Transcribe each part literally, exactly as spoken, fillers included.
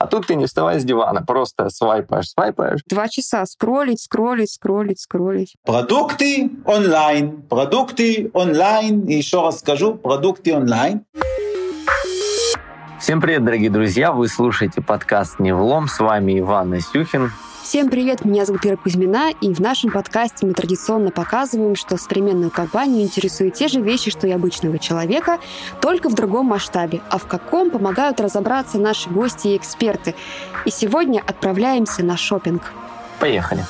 А тут ты не вставай с дивана, просто свайпаешь, свайпаешь. Два часа скроллить, скроллить, скроллить, скроллить. Продукты онлайн, продукты онлайн, и еще раз скажу, продукты онлайн. Всем привет, дорогие друзья! Вы слушаете подкаст «Не влом». С вами Иван Насюхин. Всем привет, меня зовут Ира Кузьмина, и в нашем подкасте мы традиционно показываем, что современную компанию интересуют те же вещи, что и обычного человека, только в другом масштабе. А в каком, помогают разобраться наши гости и эксперты. И сегодня отправляемся на шопинг. Поехали!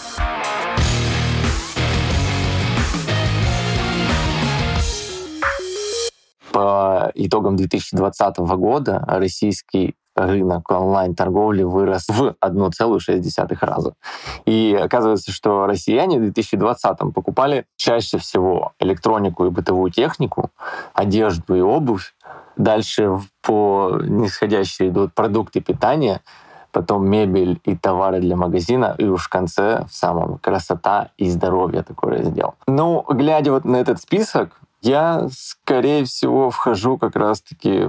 По итогам две тысячи двадцатого года российский рынок онлайн-торговли вырос в один целых шесть десятых раза. И оказывается, что россияне в две тысячи двадцатом покупали чаще всего электронику и бытовую технику, одежду и обувь. Дальше по нисходящей идут продукты питания, потом мебель и товары для магазина, и уж в конце, в самом, красота и здоровье такой раздел. Ну, глядя вот на этот список, я, скорее всего, вхожу как раз-таки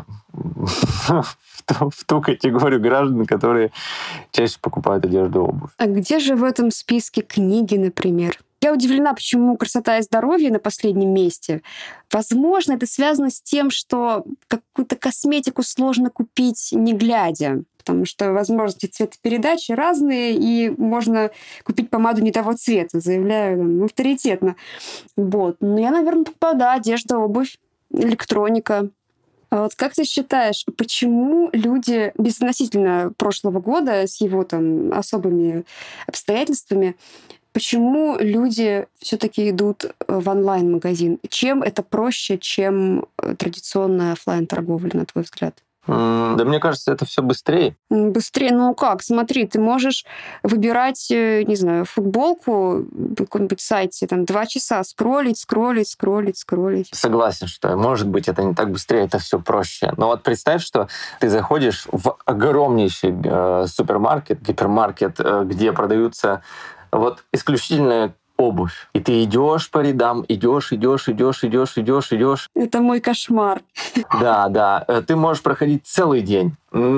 в ту, в ту категорию граждан, которые чаще покупают одежду и обувь. А где же в этом списке книги, например? Я удивлена, почему красота и здоровье на последнем месте. Возможно, это связано с тем, что какую-то косметику сложно купить, не глядя. Потому что возможности цветопередачи разные, и можно купить помаду не того цвета, заявляю там, авторитетно. Вот. Но я, наверное, покупаю, да, одежда, обувь, электроника. А вот как ты считаешь, почему люди, безотносительно прошлого года, с его там особыми обстоятельствами, почему люди все-таки идут в онлайн-магазин? Чем это проще, чем традиционная офлайн-торговля, на твой взгляд? Да мне кажется, это все быстрее. Быстрее? Ну как? Смотри, ты можешь выбирать, не знаю, футболку в каком-нибудь сайте, там, два часа скроллить, скроллить, скроллить, скроллить. Согласен, что, может быть, это не так быстрее, это все проще. Но вот представь, что ты заходишь в огромнейший э, супермаркет, гипермаркет, э, где продаются вот исключительно обувь. И ты идешь по рядам, идешь, идешь, идешь, идешь, идешь, идешь. Это мой кошмар. Да, да. Ты можешь проходить целый день.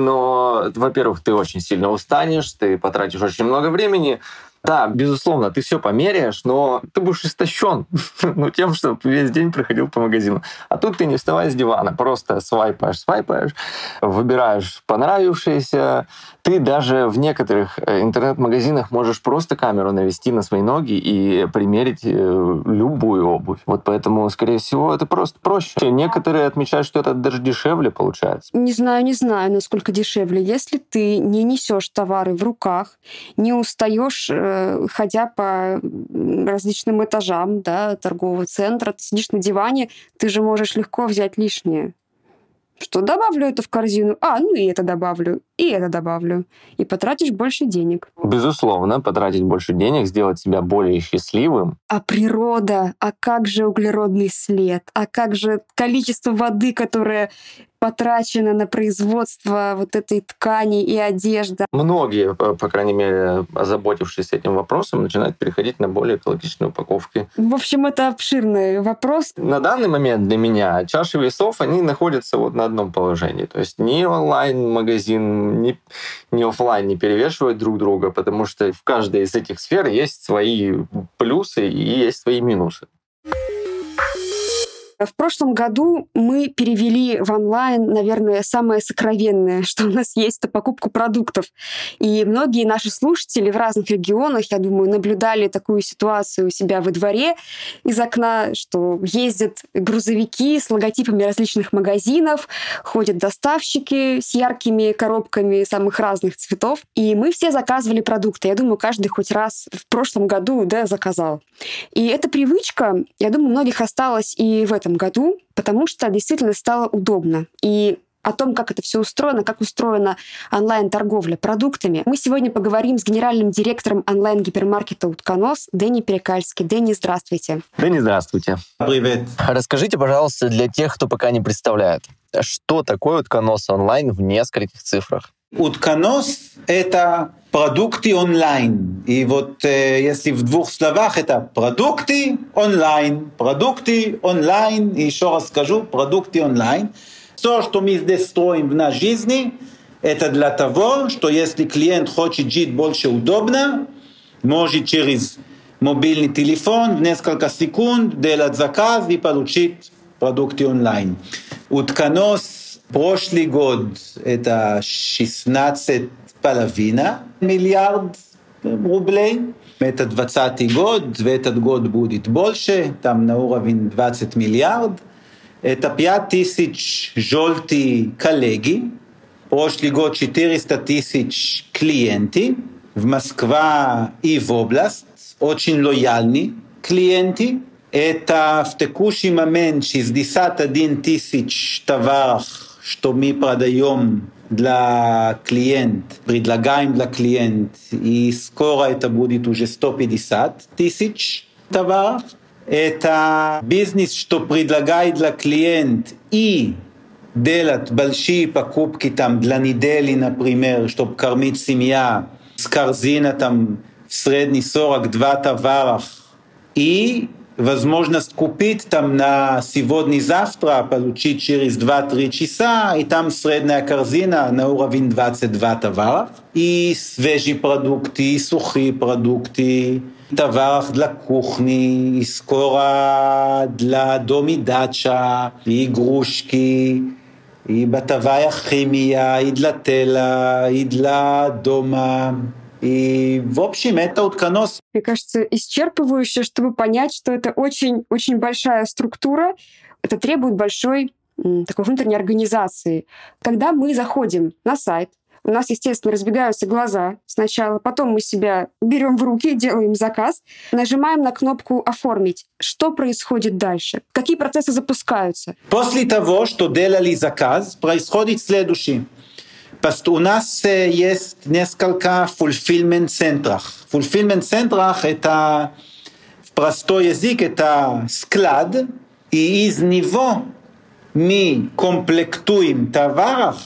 Но, во-первых, ты очень сильно устанешь, ты потратишь очень много времени. Да, безусловно, ты все померяешь, но ты будешь истощен ну, тем, что весь день проходил по магазину. А тут ты не вставай с дивана, просто свайпаешь, свайпаешь, выбираешь понравившееся. Ты даже в некоторых интернет-магазинах можешь просто камеру навести на свои ноги и примерить любую обувь. Вот поэтому, скорее всего, это просто проще. Некоторые отмечают, что это даже дешевле получается. Не знаю, не знаю, насколько дешевле. Если ты не несешь товары в руках, не устаешь, ходя по различным этажам, да, торгового центра, ты сидишь на диване, ты же можешь легко взять лишнее. Что, добавлю это в корзину? А, ну и это добавлю, и это добавлю. И потратишь больше денег. Безусловно, потратить больше денег, сделать себя более счастливым. А природа? А как же углеродный след? А как же количество воды, которое потрачено на производство вот этой ткани и одежды? Многие, по крайней мере, озаботившись этим вопросом, начинают переходить на более экологичные упаковки. В общем, это обширный вопрос. На данный момент для меня чаши весов, они находятся вот на одном положении. То есть ни онлайн-магазин, ни, ни офлайн не перевешивают друг друга, потому что в каждой из этих сфер есть свои плюсы и есть свои минусы. В прошлом году мы перевели в онлайн, наверное, самое сокровенное, что у нас есть, это покупку продуктов. И многие наши слушатели в разных регионах, я думаю, наблюдали такую ситуацию у себя во дворе из окна, что ездят грузовики с логотипами различных магазинов, ходят доставщики с яркими коробками самых разных цветов. И мы все заказывали продукты. Я думаю, каждый хоть раз в прошлом году, да, заказал. И эта привычка, я думаю, у многих осталась и в этом году, потому что действительно стало удобно. И о том, как это все устроено, как устроена онлайн-торговля продуктами, мы сегодня поговорим с генеральным директором онлайн-гипермаркета «Утконос» Дэнни Перекальски. Дэнни, здравствуйте. Дэнни, здравствуйте. Привет. Расскажите, пожалуйста, для тех, кто пока не представляет, что такое «Утконос онлайн» в нескольких цифрах? Утконос — это продукты онлайн. И вот э, если в двух словах, это продукты онлайн. Продукты онлайн. И еще раз скажу, продукты онлайн. Все, что мы здесь строим в нашей жизни, Это для того, что если клиент хочет жить больше удобно, может через мобильный телефон в несколько секунд делать заказ и получить продукты онлайн. Утконос прошлый год это шестнадцать половина миллиард рублей. Это двадцатый год, в этот год будет больше, там на уровень двадцать миллиард. Это пять тысяч желтые коллеги. Прошлый год четыреста тысяч клиенты. В Москве и в область. Очень лояльные клиенты. Это в текущий момент шестьдесят один тысяч товаров, что мы продаем для клиента, предлагаем для клиента, и скоро это будет уже сто пятьдесят тысяч товаров. Это бизнес, что предлагает для клиента и делать большие покупки там, для недели, например, чтобы кормить семью, с корзина там, в среднем сорок два товаров, и возможность купить там на сегодня-завтра, получить через два-три часа, и там средняя корзина на уровень двадцать два товаров. И свежие продукты, и сухие продукты, товаров для кухни, и скоро для дома и дача, и игрушки, и бытовая химия, и для тела, и для дома. И, в общем, это утконос. Мне кажется, исчерпывающе, чтобы понять, что это очень-очень большая структура. Это требует большой м, такой внутренней организации. Когда мы заходим на сайт, у нас, естественно, разбегаются глаза сначала, потом мы себя берем в руки, делаем заказ, нажимаем на кнопку «Оформить». Что происходит дальше? Какие процессы запускаются? После того, что делали заказ, происходит следующее. У нас есть несколько fulfillment-центров. Fulfillment-центрах — это, в простой язык, это склад, и из него мы комплектуем товаров,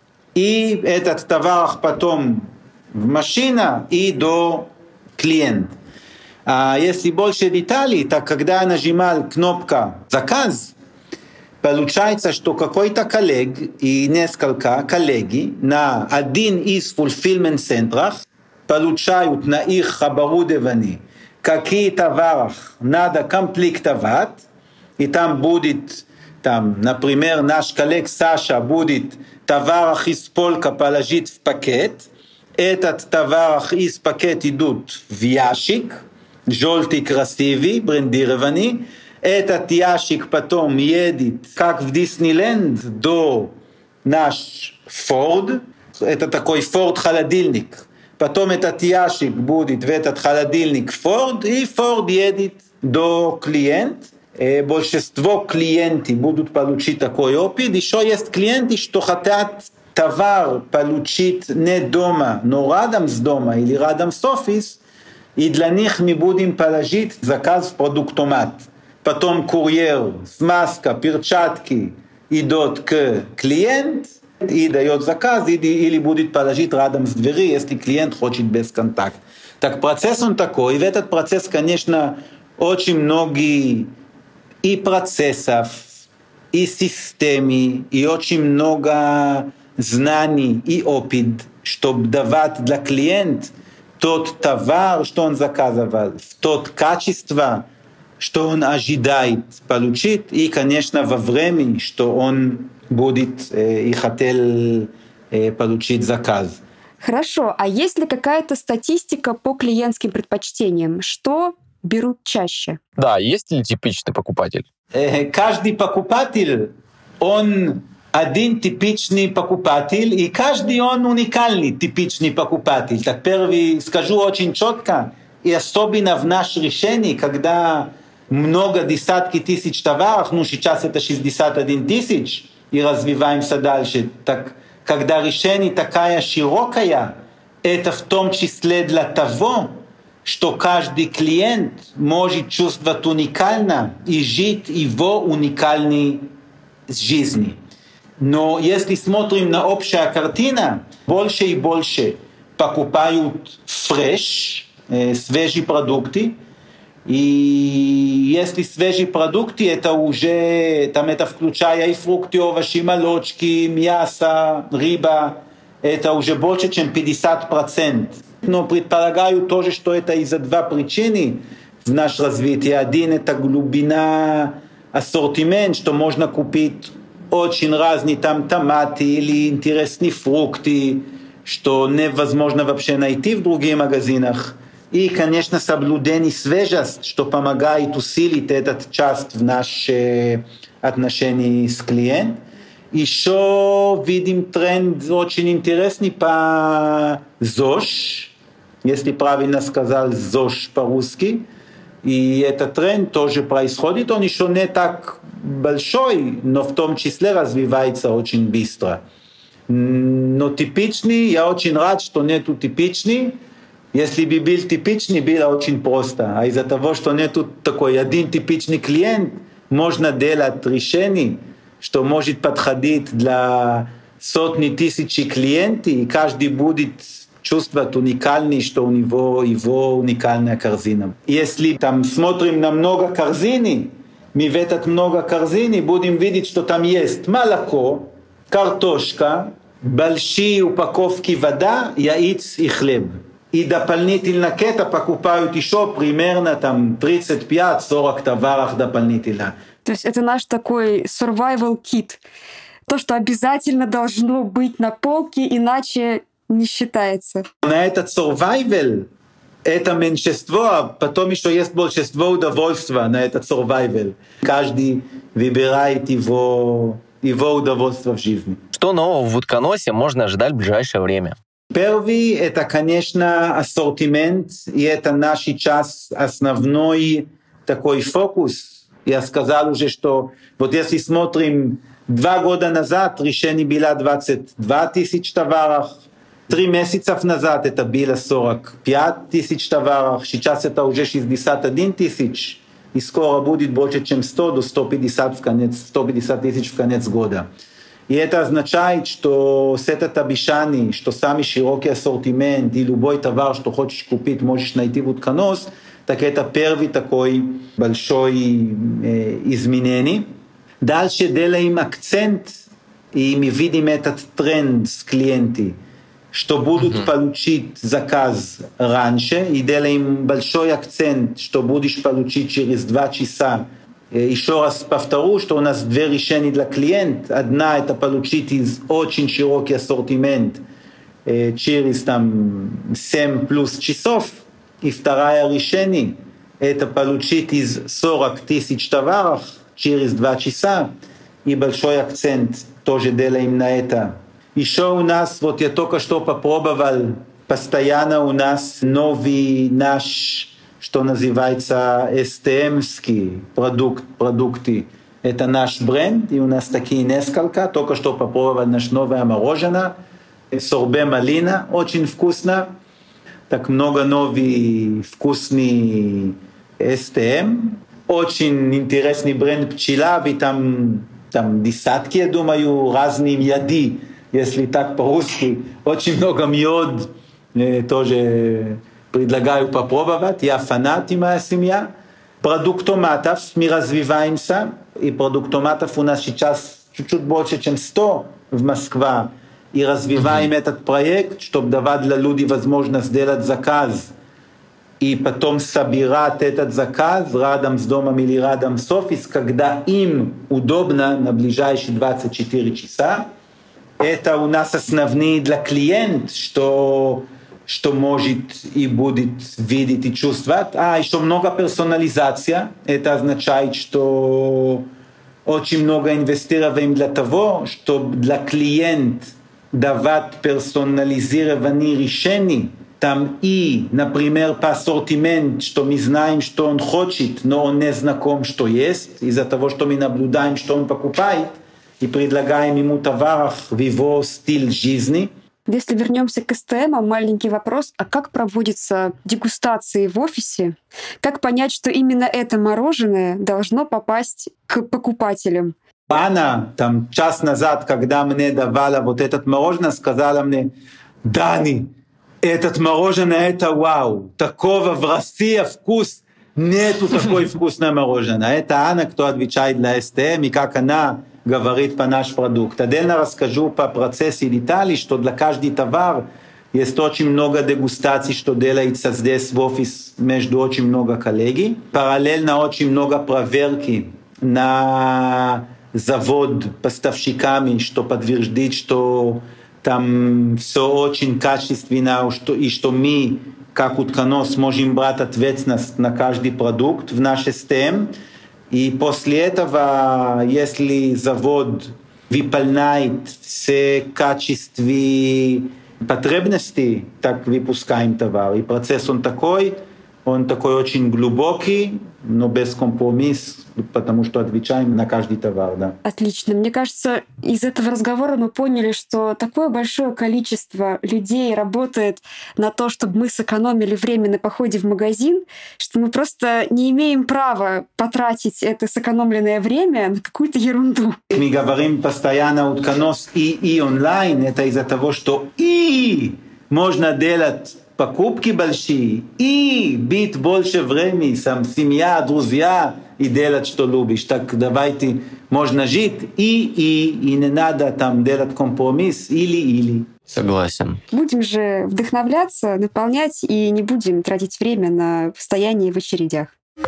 и этот товар потом в машину и до клиента. А если больше деталей, то когда я нажимал кнопку «Заказ», получается, что какой-то коллег и несколько коллеги на один из fulfillment-центров получают на их оборудовании, какие товары надо комплектовать, и там будет, там, например, наш коллег Саша будет товар из полка положить в пакет, этот товар из пакета идут в ящик, желтый, красивый, брендированный. Этот ящик потом едет, как в Диснейленд, до наш Ford. Это такой Ford-холодильник. Потом этот ящик будет в этот холодильник Ford, и Ford едет до клиента. Большинство клиентов будут получить такой опыт. Еще есть клиенты, что хотят товар получить не дома, но рядом с дома или рядом с офисом, и для них мы будем положить заказ в продуктомат. Потом курьер с маской, перчатки идет к клиенту и дает заказ, или будет положить рядом с дверью, если клиент хочет без контакта. Так процесс он такой. И в этот процесс, конечно, очень много и процессов, и систем, и очень много знаний и опыт, чтобы давать для клиента тот товар, что он заказывал, в тот качество, что он ожидает получить, и, конечно, во время, что он будет э, и хотел э, получить заказ. Хорошо, а есть ли какая-то статистика по клиентским предпочтениям? Что берут чаще? Да, есть ли типичный покупатель? Э, каждый покупатель, он один типичный покупатель, и каждый он уникальный типичный покупатель. Так первый скажу очень четко, и особенно в нашем решении, когда много десятки тысяч товаров, ну сейчас это шестьдесят один тысяч, и развиваемся дальше. Так когда решение такая широкая, это в том числе для того, что каждый клиент может чувствовать уникально и жить его уникальной жизнью. Но если смотрим на общую картину, больше и больше покупают фреш, э, свежие продукты. И если свежие продукты, это уже, там это включая и фрукты, овощи, молочки, мясо, рыба, это уже больше, чем пятьдесят процентов. Но предполагаю тоже, что это из-за два причины в наше развитие. Один – это глубина ассортимент, что можно купить очень разные там томаты или интересные фрукты, что невозможно вообще найти в других магазинах. И, конечно, соблюдение свежесть, что помогает усилить этот часть в наши отношения с клиентом. Еще видим тренд очень интересный по ЗОЖ, если правильно сказал ЗОЖ по-русски. И этот тренд тоже происходит, он еще не так большой, но в том числе развивается очень быстро. Но типичный, я очень рад, что нету типичный. Если бы был типичный, было очень просто. А из-за того, что нету такой один типичный клиент, можно делать решение, что может подходить для сотни тысяч клиентов, и каждый будет чувствовать уникальный, что у него его уникальная корзина. Если там смотрим на много корзины, мы в этот много корзины будем видеть, что там есть молоко, картошка, большие упаковки вода, яиц и хлеб. И дополнительно к этому покупают еще примерно там тридцать пять сорок товаров дополнительно. То есть это наш такой survival kit. То, что обязательно должно быть на полке, иначе не считается. На этот survival это меньшинство, а потом еще есть большинство удовольствия на этот survival. Каждый выбирает его, его удовольствие в жизни. Что нового в утконосе можно ожидать в ближайшее время? Первый – это, конечно, ассортимент, и это наш сейчас основной такой фокус. Я сказал уже, что вот если смотрим два года назад, решение было двадцать две тысячи товаров, три месяца назад это было сорок пять тысяч товаров, сейчас это уже шестьдесят один тысяч, и скоро будет больше, чем сто до ста пятидесяти в конец, сто пятьдесят тысяч в конец года. И это означает, что с этого обещания, что самый широкий ассортимент и любой товар, что хочешь купить, можешь найти в утконос, так это первый такой большой э, изменение. Дальше делаем акцент, и мы видим этот тренд с клиентами, что будут mm-hmm. получить заказ раньше, и делаем большой акцент, что будешь получить через два часа. Еще раз повторю, что у нас две решения для клиента. Одна – это получить из очень широкий ассортимент э, через там, семь плюс часов. И второе решение – это получить из сорок тысяч товаров через два часа. И большой акцент тоже делаем на это. Еще у нас, вот я только что попробовал, постоянно у нас новый наш, что называется, эс ти эм-ский продукт, продукты. Это наш бренд, и у нас такие несколько. Только что попробовал наш новое мороженое. Сорбе малина, очень вкусно. Так много новый вкусный эс ти эм. Очень интересный бренд пчела, и там, там десятки, я думаю, разные яды, если так по-русски. Очень много мед, тоже предлагаю попробовать. Я фанат и моя семья. Продукт томатов мы развиваемся, и продукт томатов у нас сейчас чуть-чуть больше, чем сто в Москве. И развиваем mm-hmm. этот проект, чтобы давать для людей возможность сделать заказ и потом собирать этот заказ рядом с домом или рядом с офисом, когда им удобно на ближайшие двадцать четыре часа. Это у нас основные для клиента, что, что может и будет видеть и чувствовать. А еще много персонализация. Это означает, что очень много инвестируем для того, чтобы для клиента давать персонализированные решения. Там и, например, по ассортименту, что мы знаем, что он хочет, но он не знаком, что есть, из-за того, что мы наблюдаем, что он покупает, и предлагаем ему товаров в его стиль жизни. Если вернемся к эс тэ эм, маленький вопрос, а как проводятся дегустации в офисе? Как понять, что именно это мороженое должно попасть к покупателям? Анна, там час назад, когда мне давала вот этот мороженое, сказала мне: Дани, этот мороженое это вау, такого в России вкус, нету такой вкусное мороженое. Это Анна, кто отвечает для эс тэ эм, и как она говорит по наш продукт. Отдельно расскажу по процессу деталей, что для каждого товара есть очень много дегустаций, что делается здесь в офис между очень много коллег. Параллельно очень много проверки на завод поставщиками, что подтвердит, что там все очень качественно, и что мы, как утконос, можем брать ответственность на каждый продукт в наш системе. И после этого, если завод выполняет все качества потребности, так выпускаем товар. И процесс он такой, он такой очень глубокий, но без компромисса, потому что отвечаем на каждый товар. Да. Отлично. Мне кажется, из этого разговора мы поняли, что такое большое количество людей работает на то, чтобы мы сэкономили время на походе в магазин, что мы просто не имеем права потратить это сэкономленное время на какую-то ерунду. Мы говорим постоянно утконос и, и онлайн. Это из-за того, что и можно делать покупки большие, и быть больше времени, сам семья, друзья, и делать, что любишь. Так давайте, можно жить и, и, и не надо там делать компромисс или-или. Согласен. Будем же вдохновляться, наполнять и не будем тратить время на стояние в очередях.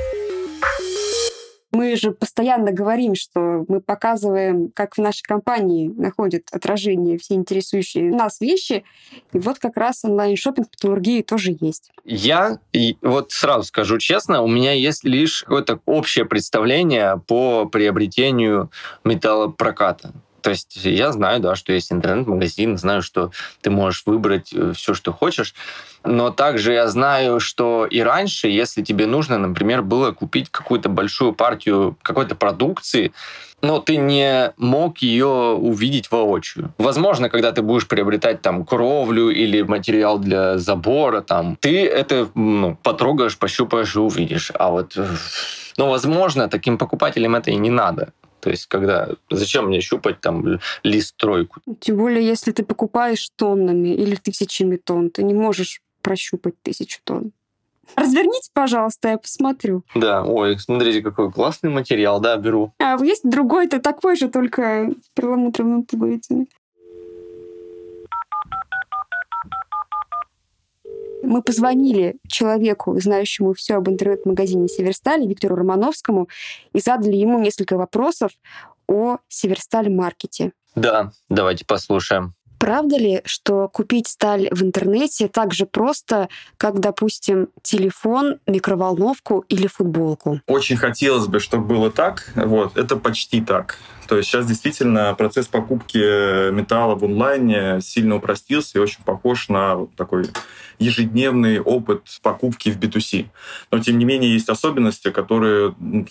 Мы же постоянно говорим, что мы показываем, как в нашей компании находят отражение все интересующие нас вещи. И вот как раз онлайн-шоппинг металлургии тоже есть. Я и вот сразу скажу честно, у меня есть лишь какое-то общее представление по приобретению металлопроката. То есть я знаю, да, что есть интернет-магазин, знаю, что ты можешь выбрать все, что хочешь, но также я знаю, что и раньше, если тебе нужно, например, было купить какую-то большую партию какой-то продукции, но ты не мог ее увидеть воочию. Возможно, когда ты будешь приобретать там кровлю или материал для забора, там, ты это ну, потрогаешь, пощупаешь и увидишь. А вот, ну, возможно, таким покупателям это и не надо. То есть, когда... Зачем мне щупать там лист-тройку? Тем более, если ты покупаешь тоннами или тысячами тонн, ты не можешь прощупать тысячу тонн. Разверните, пожалуйста, я посмотрю. Да, ой, смотрите, какой классный материал, да, беру. А есть другой-то такой же, только с перламутровыми пуговицами. Мы позвонили человеку, знающему все об интернет-магазине «Северсталь», Виктору Романовскому, и задали ему несколько вопросов о «Северсталь-маркете». Да, давайте послушаем. Правда ли, что купить сталь в интернете так же просто, как, допустим, телефон, микроволновку или футболку? Очень хотелось бы, чтобы было так. Вот, это почти так. То есть сейчас действительно процесс покупки металла в онлайне сильно упростился и очень похож на такой ежедневный опыт покупки в би ту си. Но, тем не менее, есть особенности, которые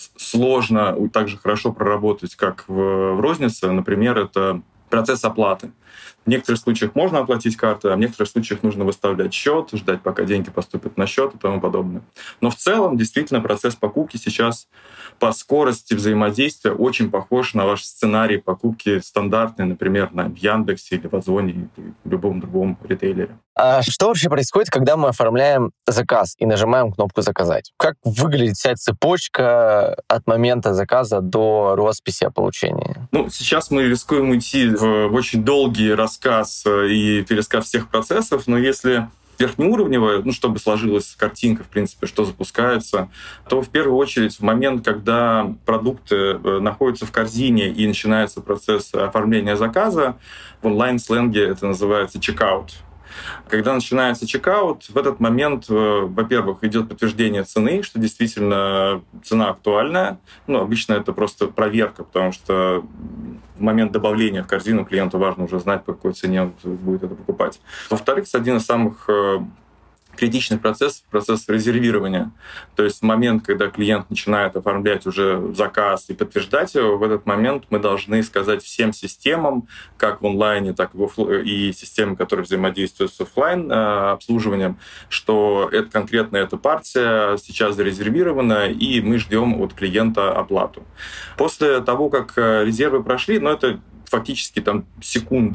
сложно так же хорошо проработать, как в рознице. Например, это процесс оплаты. В некоторых случаях можно оплатить картой, а в некоторых случаях нужно выставлять счет, ждать, пока деньги поступят на счет и тому подобное. Но в целом, действительно, процесс покупки сейчас по скорости взаимодействия очень похож на ваш сценарий покупки стандартный, например, на Яндексе или в Озоне или в любом другом ритейлере. А что вообще происходит, когда мы оформляем заказ и нажимаем кнопку «Заказать»? Как выглядит вся цепочка от момента заказа до росписи о получении? Ну, сейчас мы рискуем уйти в очень долгий рассказ и пересказ всех процессов, но если верхнеуровневая, ну, чтобы сложилась картинка, в принципе, что запускается, то в первую очередь в момент, когда продукты находятся в корзине и начинается процесс оформления заказа, в онлайн-сленге это называется чекаут. Когда начинается чекаут, в этот момент, во-первых, идет подтверждение цены, что действительно цена актуальная. Ну, обычно это просто проверка, потому что в момент добавления в корзину клиенту важно уже знать, по какой цене он будет это покупать. Во-вторых, один из самых критичный процесс, процесс резервирования. То есть в момент, когда клиент начинает оформлять уже заказ и подтверждать его, в этот момент мы должны сказать всем системам, как в онлайне, так и, в офф... и системам, которые взаимодействуют с офлайн обслуживанием, что это, конкретно эта партия сейчас зарезервирована, и мы ждем от клиента оплату. После того, как резервы прошли, ну это фактически там секунды,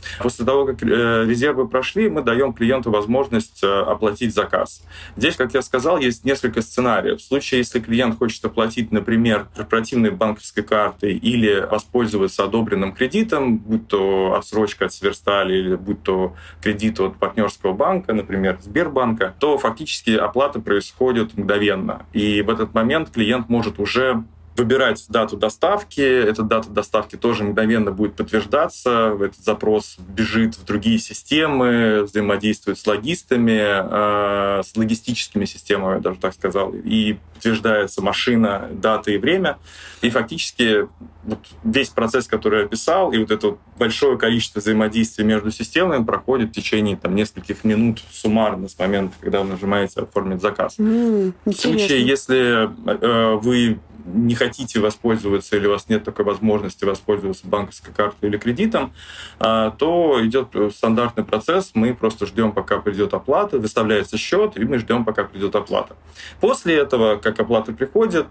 После того, как резервы прошли, мы даем клиенту возможность оплатить заказ. Здесь, как я сказал, есть несколько сценариев. В случае, если клиент хочет оплатить, например, корпоративной банковской картой или воспользоваться одобренным кредитом, будь то отсрочка от Северстали или будь то кредит от партнерского банка, например, Сбербанка, то фактически оплата происходит мгновенно. И в этот момент клиент может уже выбирать дату доставки. Эта дата доставки тоже мгновенно будет подтверждаться. Этот запрос бежит в другие системы, взаимодействует с логистами, э, с логистическими системами, я даже так сказал. И подтверждается машина, дата и время. И фактически вот весь процесс, который я описал, и вот это вот большое количество взаимодействия между системами проходит в течение там, нескольких минут суммарно с момента, когда вы нажимаете «Оформить заказ». Mm, в случае, если э, вы не хотите воспользоваться или у вас нет такой возможности воспользоваться банковской картой или кредитом, то идет стандартный процесс. Мы просто ждем, пока придет оплата, выставляется счет, и мы ждем, пока придет оплата. После этого, как оплата приходит,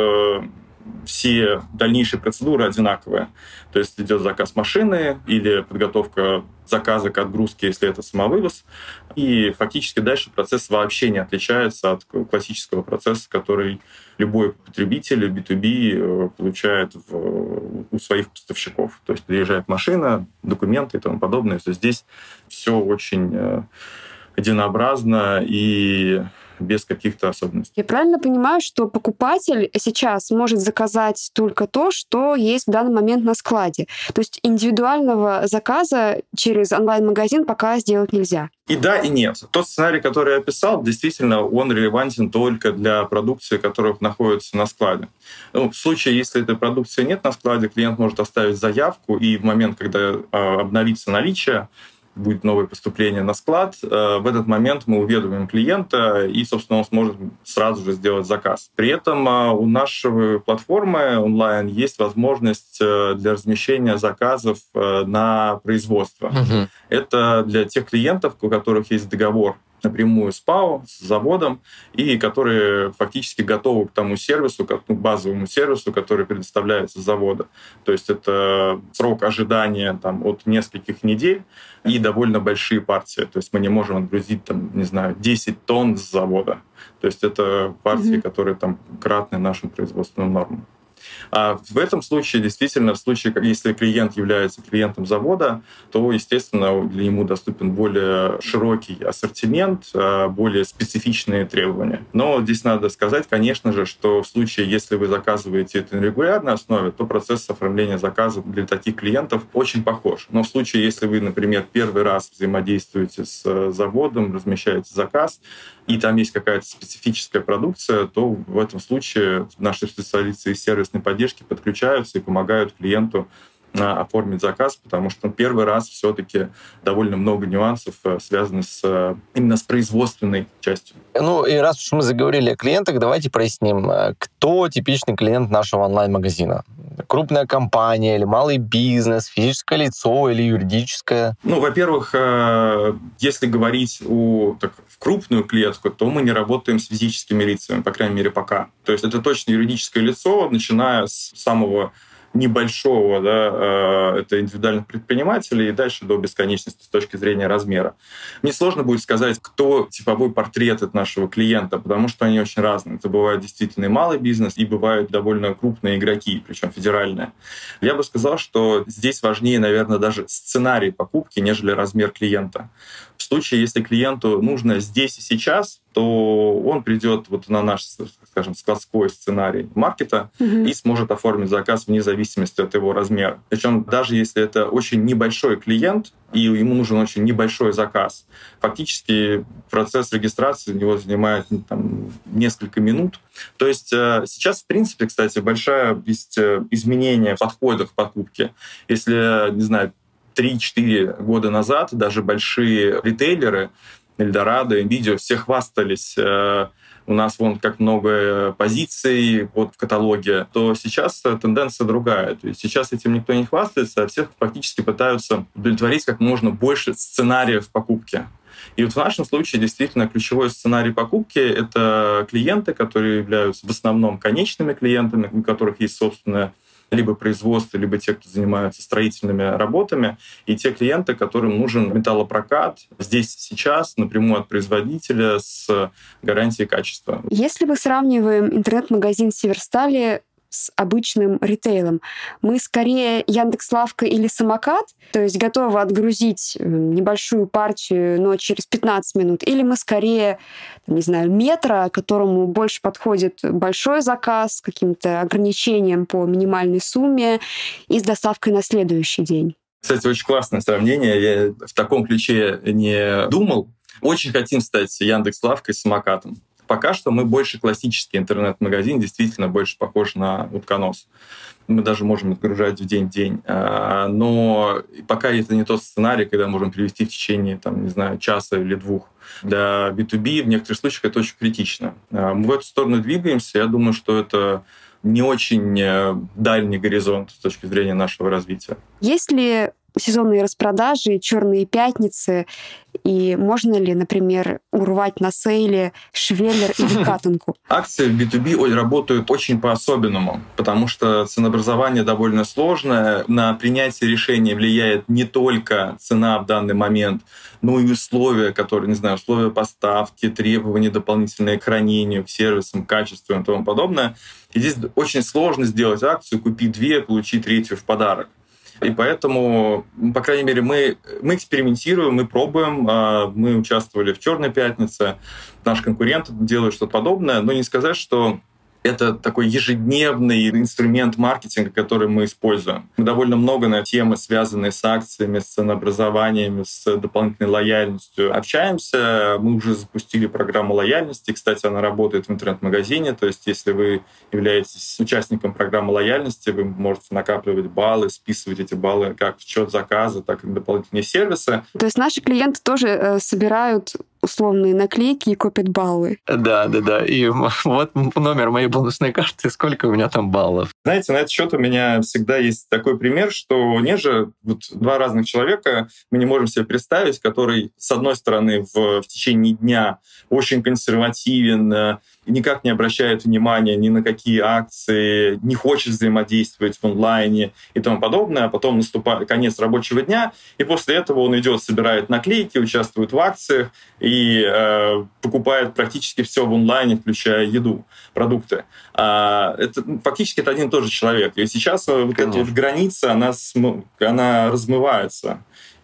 все дальнейшие процедуры одинаковые. То есть идет заказ машины или подготовка заказа к отгрузке, если это самовывоз. И фактически дальше процесс вообще не отличается от классического процесса, который любой потребитель би ту би получает в, у своих поставщиков. То есть приезжает машина, документы и тому подобное. То есть здесь все очень единообразно и без каких-то особенностей. Я правильно понимаю, что покупатель сейчас может заказать только то, что есть в данный момент на складе? То есть индивидуального заказа через онлайн-магазин пока сделать нельзя? И да, и нет. Тот сценарий, который я описал, действительно, он релевантен только для продукции, которая находится на складе. Ну, в случае, если этой продукции нет на складе, клиент может оставить заявку, и в момент, когда обновится наличие, будет новое поступление на склад, в этот момент мы уведомим клиента, и, собственно, он сможет сразу же сделать заказ. При этом у нашей платформы онлайн есть возможность для размещения заказов на производство. Uh-huh. Это для тех клиентов, у которых есть договор напрямую с ПАО, с заводом, и которые фактически готовы к тому сервису, к базовому сервису, который предоставляется с завода. То есть это срок ожидания там, от нескольких недель и довольно большие партии. То есть мы не можем отгрузить, там, не знаю, десять тонн с завода. То есть это партии, mm-hmm. которые там, кратны нашим производственным нормам. А в этом случае, действительно, в случае, если клиент является клиентом завода, то, естественно, для него доступен более широкий ассортимент, более специфичные требования. Но здесь надо сказать, конечно же, что в случае, если вы заказываете это на регулярной основе, то процесс оформления заказа для таких клиентов очень похож. Но в случае, если вы, например, первый раз взаимодействуете с заводом, размещаете заказ, и там есть какая-то специфическая продукция, то в этом случае наши специалисты из сервисной поддержки подключаются и помогают клиенту оформить заказ, потому что первый раз все-таки довольно много нюансов связаны с, именно с производственной частью. Ну и раз уж мы заговорили о клиентах, давайте проясним, кто типичный клиент нашего онлайн-магазина. Крупная компания или малый бизнес, физическое лицо или юридическое? Ну, во-первых, если говорить о так, крупную клетку, то мы не работаем с физическими лицами, по крайней мере, пока. То есть это точно юридическое лицо, начиная с самого небольшого, да, это индивидуальных предпринимателей, и дальше до бесконечности с точки зрения размера. Мне сложно будет сказать, кто типовой портрет от нашего клиента, потому что они очень разные. Это бывает действительно и малый бизнес, и бывают довольно крупные игроки, причем федеральные. Я бы сказал, что здесь важнее, наверное, даже сценарий покупки, нежели размер клиента. В случае, если клиенту нужно здесь и сейчас, то он придет вот на наш, скажем, складской сценарий маркета mm-hmm. и сможет оформить заказ вне зависимости от его размера. Причем даже если это очень небольшой клиент, и ему нужен очень небольшой заказ, фактически процесс регистрации у него занимает ну, там, несколько минут. То есть сейчас, в принципе, кстати, большое есть изменение в подходах к покупке. Если, не знаю, три-четыре года назад даже большие ритейлеры, Эльдорадо, Nvidia, все хвастались, у нас вон как много позиций вот в каталоге, то сейчас тенденция другая. То есть сейчас этим никто не хвастается, а все фактически пытаются удовлетворить как можно больше сценариев покупки. И вот в нашем случае действительно ключевой сценарий покупки — это клиенты, которые являются в основном конечными клиентами, у которых есть собственная либо производство, либо те, кто занимаются строительными работами, и те клиенты, которым нужен металлопрокат здесь сейчас, напрямую от производителя с гарантией качества. Если мы сравниваем интернет-магазин Северстали с обычным ритейлом, мы скорее Яндекс.Лавка или Самокат, то есть готовы отгрузить небольшую партию, но через пятнадцать минут, или мы скорее, не знаю, Метро, которому больше подходит большой заказ с каким-то ограничением по минимальной сумме и с доставкой на следующий день. Кстати, очень классное сравнение. Я в таком ключе не думал. Очень хотим стать Яндекс.Лавкой с Самокатом. Пока что мы больше классический интернет-магазин, действительно больше похож на утконос. Мы даже можем отгружать в день-день. Но пока это не тот сценарий, когда можем привести в течение, там, не знаю, часа или двух. Для би ту би в некоторых случаях это очень критично. Мы в эту сторону двигаемся. Я думаю, что это не очень дальний горизонт с точки зрения нашего развития. Есть ли сезонные распродажи, черные пятницы, и можно ли, например, урвать на сейле швеллер или катанку? Акции в би ту би работают очень по-особенному, потому что ценообразование довольно сложное. На принятие решения влияет не только цена в данный момент, но и условия, которые, не знаю, условия поставки, требования дополнительные к хранению, к сервисам, качеству и тому подобное. И здесь очень сложно сделать акцию, купить две, получить третью в подарок. И поэтому, по крайней мере, мы, мы экспериментируем, мы пробуем. Мы участвовали в «Черной пятнице», наш конкурент делает что-то подобное, но не сказать, что это такой ежедневный инструмент маркетинга, который мы используем. Мы довольно много на темы, связанные с акциями, с ценообразованием, с дополнительной лояльностью общаемся. Мы уже запустили программу лояльности. Кстати, она работает в интернет-магазине. То есть если вы являетесь участником программы лояльности, вы можете накапливать баллы, списывать эти баллы как в счет заказа, так и на дополнительные сервисы. То есть наши клиенты тоже э, собирают условные наклейки и копят баллы. Да, да, да. И вот номер моей бонусной карты, сколько у меня там баллов. Знаете, на этот счет у меня всегда есть такой пример, что не же вот два разных человека мы не можем себе представить, который, с одной стороны, в, в течение дня очень консервативен, никак не обращает внимания ни на какие акции, не хочет взаимодействовать в онлайне и тому подобное, а потом наступает конец рабочего дня, и после этого он идет, собирает наклейки, участвует в акциях и э, покупает практически все в онлайне, включая еду, продукты. А это, фактически это один и тот же человек. И сейчас вот Конечно. эта вот граница, она, см... она размывается.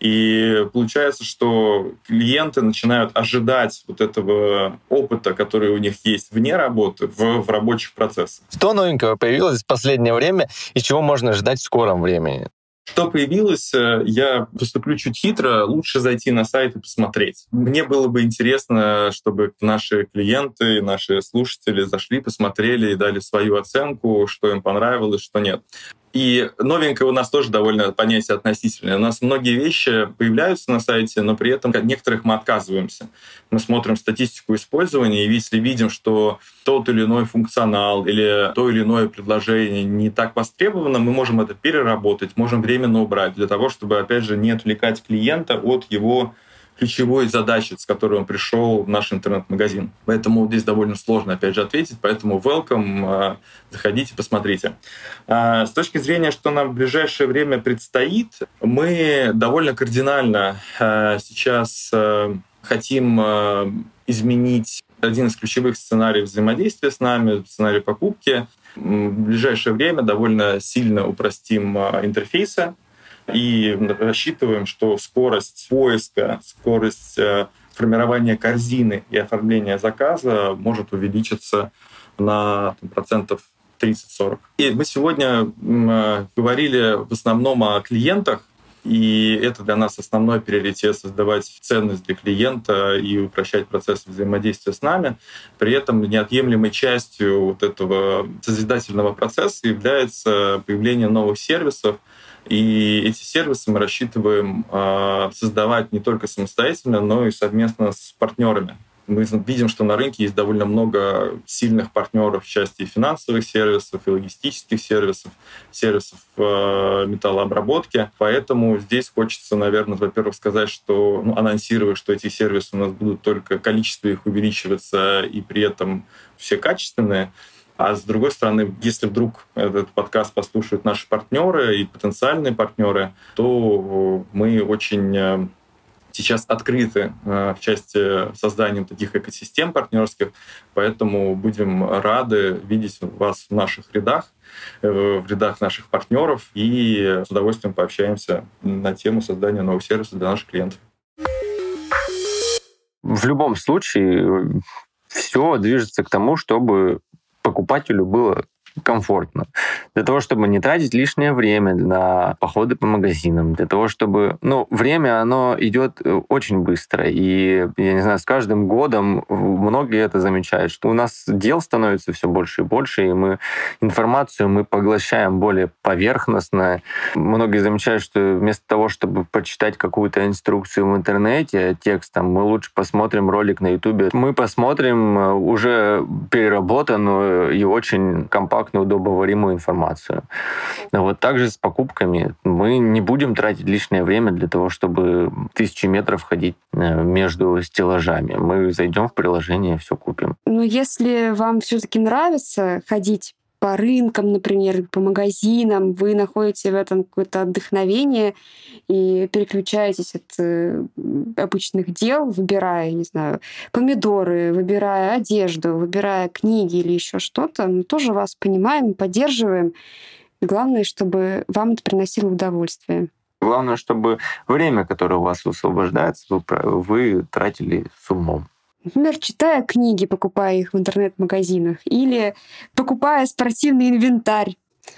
И получается, что клиенты начинают ожидать вот этого опыта, который у них есть вне работы, в, в рабочих процессах. Что новенького появилось в последнее время и чего можно ожидать в скором времени? Что появилось, я поступлю чуть хитро, лучше зайти на сайт и посмотреть. Мне было бы интересно, чтобы наши клиенты, наши слушатели зашли, посмотрели и дали свою оценку, что им понравилось, что нет. И новенькое у нас тоже довольно понятие относительное. У нас многие вещи появляются на сайте, но при этом от некоторых мы отказываемся. Мы смотрим статистику использования, и если видим, что тот или иной функционал или то или иное предложение не так востребовано, мы можем это переработать, можем временно убрать для того, чтобы, опять же, не отвлекать клиента от его ключевой задачи, с которой он пришел в наш интернет-магазин. Поэтому здесь довольно сложно, опять же, ответить. Поэтому welcome, заходите, посмотрите. С точки зрения, что нам в ближайшее время предстоит, мы довольно кардинально сейчас хотим изменить один из ключевых сценариев взаимодействия с нами, сценарий покупки. В ближайшее время довольно сильно упростим интерфейсы, и рассчитываем, что скорость поиска, скорость формирования корзины и оформления заказа может увеличиться на там, процентов тридцать-сорок. И мы сегодня говорили в основном о клиентах, и это для нас основной приоритет — создавать ценность для клиента и упрощать процесс взаимодействия с нами. При этом неотъемлемой частью вот этого созидательного процесса является появление новых сервисов. И эти сервисы мы рассчитываем создавать не только самостоятельно, но и совместно с партнерами. Мы видим, что на рынке есть довольно много сильных партнеров в части финансовых сервисов, и логистических сервисов, сервисов металлообработки. Поэтому здесь хочется, наверное, во-первых, сказать, что, ну, анонсировать, что эти сервисы у нас будут только количество их увеличиваться, и при этом все качественные. А с другой стороны, если вдруг этот подкаст послушают наши партнеры и потенциальные партнеры, то мы очень сейчас открыты в части создания таких экосистем партнерских, поэтому будем рады видеть вас в наших рядах, в рядах наших партнеров, и с удовольствием пообщаемся на тему создания новых сервисов для наших клиентов. В любом случае, все движется к тому, чтобы покупателю было комфортно. Для того, чтобы не тратить лишнее время на походы по магазинам, для того, чтобы... Ну, время, оно идет очень быстро, и, я не знаю, с каждым годом многие это замечают, что у нас дел становится все больше и больше, и мы информацию мы поглощаем более поверхностно. Многие замечают, что вместо того, чтобы почитать какую-то инструкцию в интернете текстом, мы лучше посмотрим ролик на Ютубе. Мы посмотрим уже переработанную и очень компактную, удобоваримую информацию. Вот так же с покупками. Мы не будем тратить лишнее время для того, чтобы тысячи метров ходить между стеллажами. Мы зайдем в приложение, все купим. Но если вам все-таки нравится ходить по рынкам, например, по магазинам, вы находите в этом какое-то отдохновение и переключаетесь от обычных дел, выбирая, не знаю, помидоры, выбирая одежду, выбирая книги или еще что-то, мы тоже вас понимаем, поддерживаем. Главное, чтобы вам это приносило удовольствие. Главное, чтобы время, которое у вас высвобождается, вы, вы тратили с умом. Например, читая книги, покупая их в интернет-магазинах, или покупая спортивный инвентарь.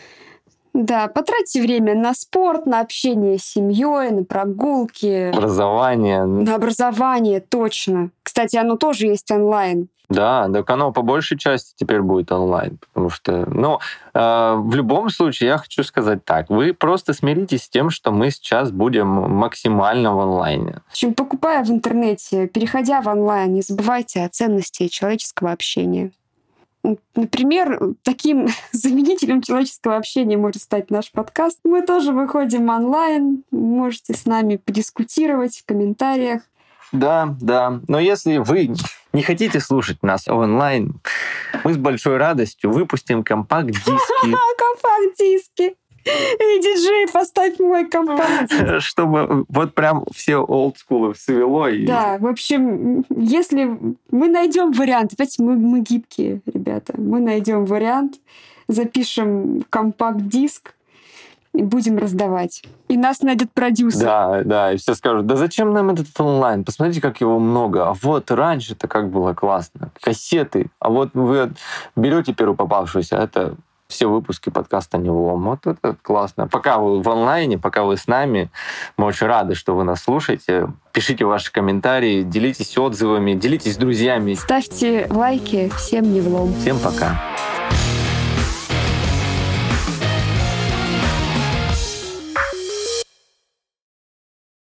Да, потратьте время на спорт, на общение с семьей, на прогулки. Образование. На образование, точно. Кстати, оно тоже есть онлайн. Да, так оно по большей части теперь будет онлайн, потому что, ну, э, в любом случае я хочу сказать так, вы просто смиритесь с тем, что мы сейчас будем максимально в онлайне. В общем, покупая в интернете, переходя в онлайн, не забывайте о ценности человеческого общения. Например, таким заменителем человеческого общения может стать наш подкаст. Мы тоже выходим онлайн, можете с нами подискутировать в комментариях. Да, да. Но если вы не хотите слушать нас онлайн, мы с большой радостью выпустим компакт-диски. Компакт-диски! Эй, диджей, поставь мой компакт-диск. Чтобы вот прям все олдскулы свело. И... Да, в общем, если мы найдем вариант, опять мы, мы гибкие, ребята, мы найдем вариант, запишем компакт-диск, и будем раздавать. И нас найдет продюсер. Да, да, и все скажут, да зачем нам этот онлайн? Посмотрите, как его много. А вот раньше-то как было классно. Кассеты. А вот вы берете первую попавшуюся, это все выпуски подкаста «Невлом». Вот это классно. Пока вы в онлайне, пока вы с нами, мы очень рады, что вы нас слушаете. Пишите ваши комментарии, делитесь отзывами, делитесь с друзьями. Ставьте лайки. Всем «Невлом». Всем пока.